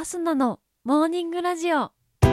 アスナのモーニングラジオ。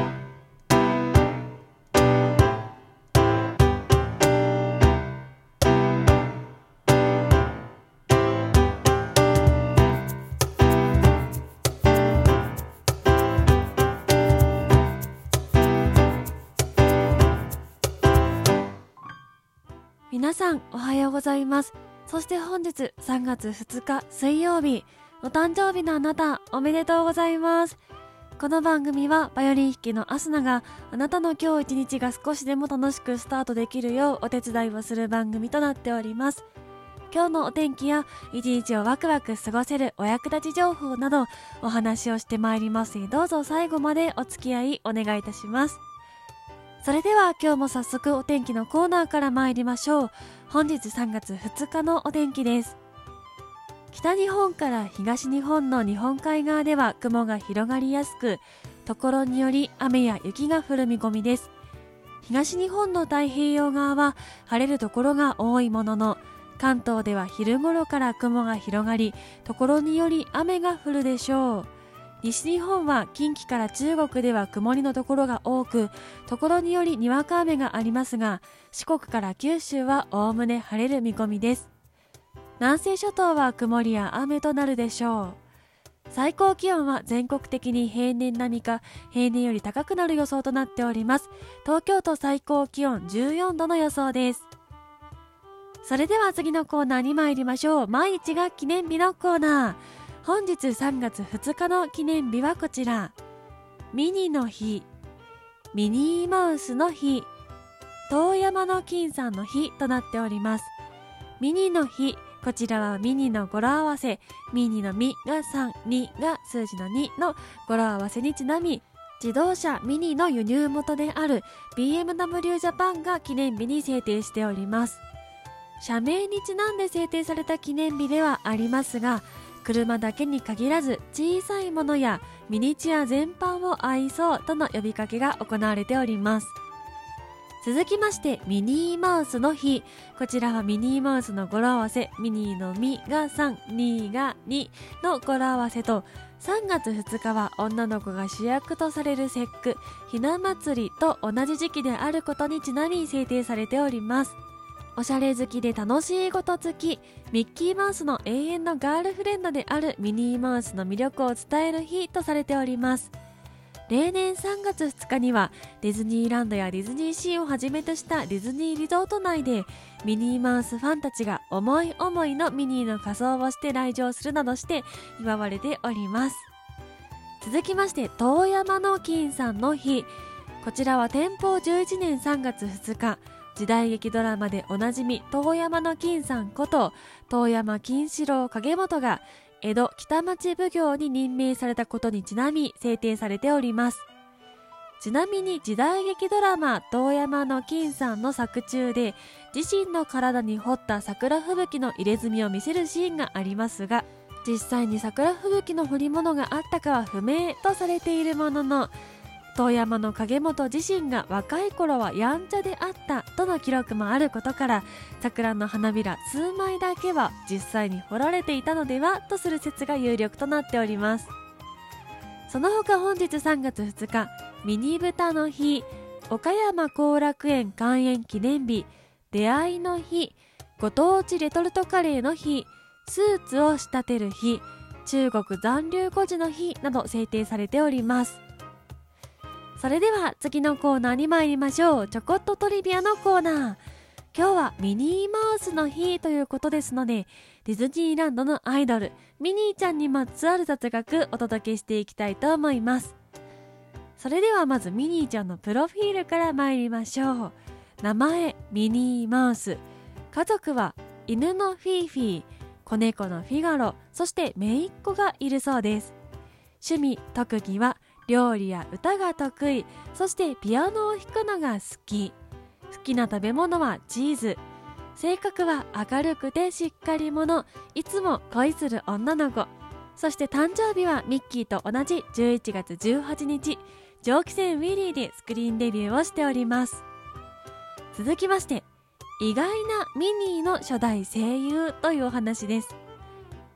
皆さんおはようございます。そして本日3月2日水曜日、お誕生日のあなたおめでとうございます。この番組はバイオリン弾きのアスナがあなたの今日一日が少しでも楽しくスタートできるようお手伝いをする番組となっております。今日のお天気や一日をワクワク過ごせるお役立ち情報などお話をしてまいりますので、どうぞ最後までお付き合いお願いいたします。それでは今日も早速お天気のコーナーから参りましょう。本日3月2日のお天気です。北日本から東日本の日本海側では雲が広がりやすく、ところにより雨や雪が降る見込みです。東日本の太平洋側は晴れるところが多いものの、関東では昼頃から雲が広がり、ところにより雨が降るでしょう。西日本は近畿から中国では曇りのところが多く、ところによりにわか雨がありますが、四国から九州はおおむね晴れる見込みです。南西諸島は曇りや雨となるでしょう。最高気温は全国的に平年並みか平年より高くなる予想となっております。東京都最高気温14度の予想です。それでは次のコーナーに参りましょう。毎日が記念日のコーナー。本日3月2日の記念日はこちら。ミニの日、ミニーマウスの日、遠山の金さんの日となっております。ミニの日、こちらはミニの語呂合わせ、ミニのミが3、2が数字の2の語呂合わせにちなみ、自動車ミニの輸入元である BMW ジャパンが記念日に制定しております。社名にちなんで制定された記念日ではありますが、車だけに限らず小さいものやミニチュア全般を愛そうとの呼びかけが行われております。続きましてミニーマウスの日、こちらはミニーマウスの語呂合わせ、ミニーのミが3、2が2の語呂合わせと、3月2日は女の子が主役とされる節句ひな祭りと同じ時期であることにちなみ制定されております。おしゃれ好きで楽しいこと好き、ミッキーマウスの永遠のガールフレンドであるミニーマウスの魅力を伝える日とされております。例年3月2日にはディズニーランドやディズニーシーをはじめとしたディズニーリゾート内でミニーマウスファンたちが思い思いのミニーの仮装をして来場するなどして祝われております。続きまして遠山の金さんの日、こちらは天保11年3月2日、時代劇ドラマでおなじみ遠山の金さんこと遠山金四郎景元が江戸北町奉行に任命されたことにちなみ制定されております。ちなみに時代劇ドラマ遠山の金さんの作中で自身の体に彫った桜吹雪の入れ墨を見せるシーンがありますが、実際に桜吹雪の彫り物があったかは不明とされているものの、遠山の景元自身が若い頃はやんちゃであったとの記録もあることから、桜の花びら数枚だけは実際に彫られていたのではとする説が有力となっております。その他本日3月2日、ミニ豚の日、岡山後楽園開園記念日、出会いの日、ご当地レトルトカレーの日、スーツを仕立てる日、中国残留孤児の日など制定されております。それでは次のコーナーに参りましょう。ちょこっとトリビアのコーナー。今日はミニーマウスの日ということですので、ディズニーランドのアイドルミニーちゃんにまつわる雑学お届けしていきたいと思います。それではまずミニーちゃんのプロフィールから参りましょう。名前ミニーマウス、家族は犬のフィーフィー、子猫のフィガロ、そして姪っ子がいるそうです。趣味特技は料理や歌が得意、そしてピアノを弾くのが好き。好きな食べ物はチーズ。性格は明るくてしっかり者、いつも恋する女の子。そして誕生日はミッキーと同じ11月18日、蒸気船ウィリーでスクリーンデビューをしております。続きまして、意外なミニーの初代声優というお話です。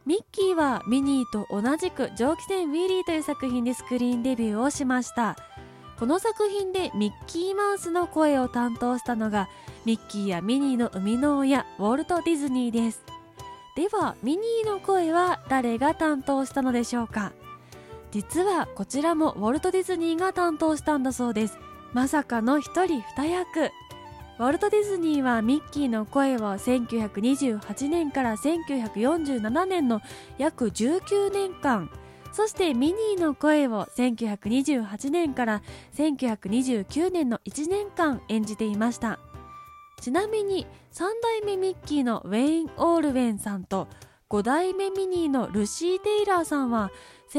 ミッキーはミニーと同じく蒸気船ウィリーという作品でスクリーンデビューをしました。この作品でミッキーマウスの声を担当したのがミッキーやミニーの生みの親ウォルト・ディズニーです。ではミニーの声は誰が担当したのでしょうか。実はこちらもウォルト・ディズニーが担当したんだそうです。まさかの一人二役。ウォルト・ディズニーはミッキーの声を1928年から1947年の約19年間、そしてミニーの声を1928年から1929年の1年間演じていました。ちなみに3代目ミッキーのウェイン・オールウェンさんと5代目ミニーのルシー・テイラーさんは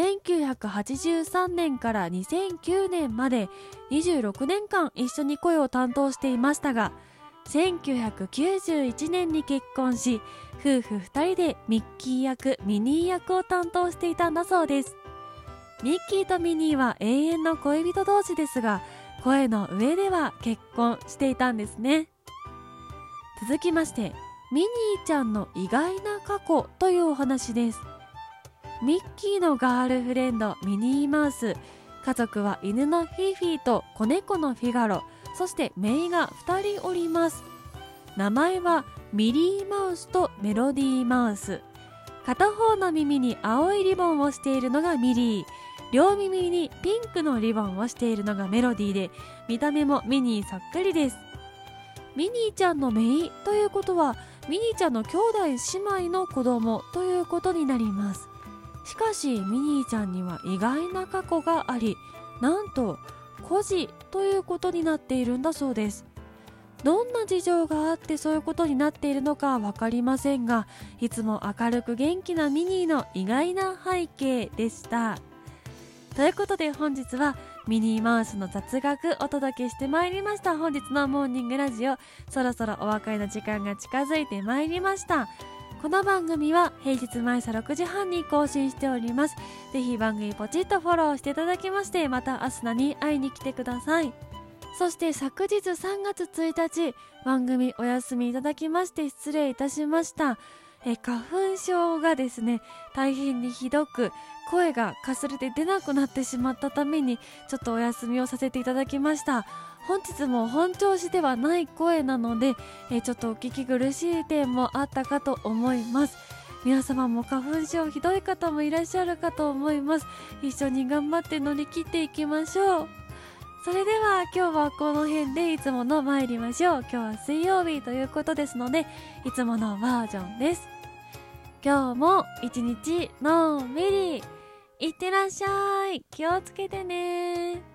1983年から2009年まで26年間一緒に声を担当していましたが、1991年に結婚し夫婦2人でミッキー役ミニー役を担当していたんだそうです。ミッキーとミニーは永遠の恋人同士ですが、声の上では結婚していたんですね。続きまして、ミニーちゃんの意外な過去というお話です。ミッキーのガールフレンドミニーマウス、家族は犬のフィーフィーと子猫のフィガロ、そしてメイが2人おります。名前はミリーマウスとメロディーマウス。片方の耳に青いリボンをしているのがミリー、両耳にピンクのリボンをしているのがメロディーで、見た目もミニーそっくりです。ミニーちゃんの姪ということはミニーちゃんの兄弟姉妹の子供ということになります。しかしミニーちゃんには意外な過去があり、なんと孤児ということになっているんだそうです。どんな事情があってそういうことになっているのかわかりませんが、いつも明るく元気なミニーの意外な背景でした。ということで本日はミニーマウスの雑学お届けしてまいりました。本日のモーニングラジオ、そろそろお別れの時間が近づいてまいりました。この番組は平日毎朝6時半に更新しております。ぜひ番組ポチッとフォローしていただきまして、またアスナに会いに来てください。そして昨日3月1日番組お休みいただきまして失礼いたしました。花粉症がですね大変にひどく、声がかすれて出なくなってしまったためにちょっとお休みをさせていただきました。本日も本調子ではない声なので、ちょっとお聞き苦しい点もあったかと思います。皆様も花粉症ひどい方もいらっしゃるかと思います。一緒に頑張って乗り切っていきましょう。それでは今日はこの辺でいつもの参りましょう。今日は水曜日ということですので、いつものバージョンです。今日も一日のんびりいってらっしゃい。気をつけてね。